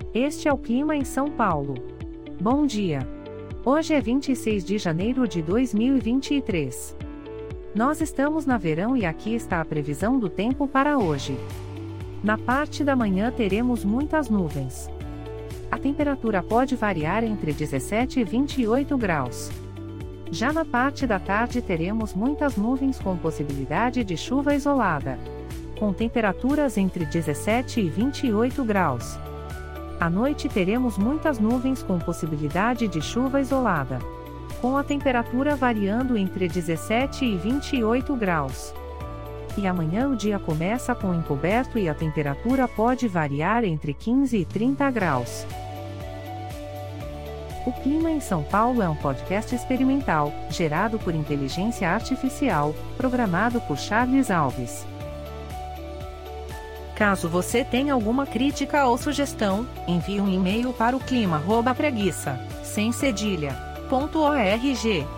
Este é o clima em São Paulo. Bom dia. Hoje é 26 de janeiro de 2023. Nós estamos na verão e aqui está a previsão do tempo para hoje. Na parte da manhã teremos muitas nuvens. A temperatura pode variar entre 17 e 28 graus. Já na parte da tarde teremos muitas nuvens com possibilidade de chuva isolada, com temperaturas entre 17 e 28 graus. À noite teremos muitas nuvens com possibilidade de chuva isolada, com a temperatura variando entre 17 e 28 graus. E amanhã o dia começa com encoberto e a temperatura pode variar entre 15 e 30 graus. O Clima em São Paulo é um podcast experimental, gerado por inteligência artificial, programado por Charles Alves. Caso você tenha alguma crítica ou sugestão, envie um e-mail para o clima@preguiça, sem cedilha.org.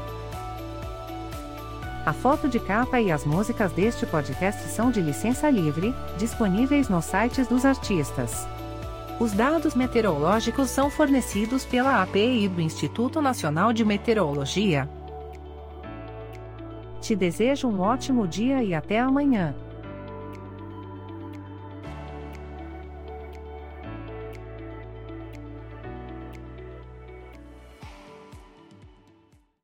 A foto de capa e as músicas deste podcast são de licença livre, disponíveis nos sites dos artistas. Os dados meteorológicos são fornecidos pela API do Instituto Nacional de Meteorologia. Te desejo um ótimo dia e até amanhã.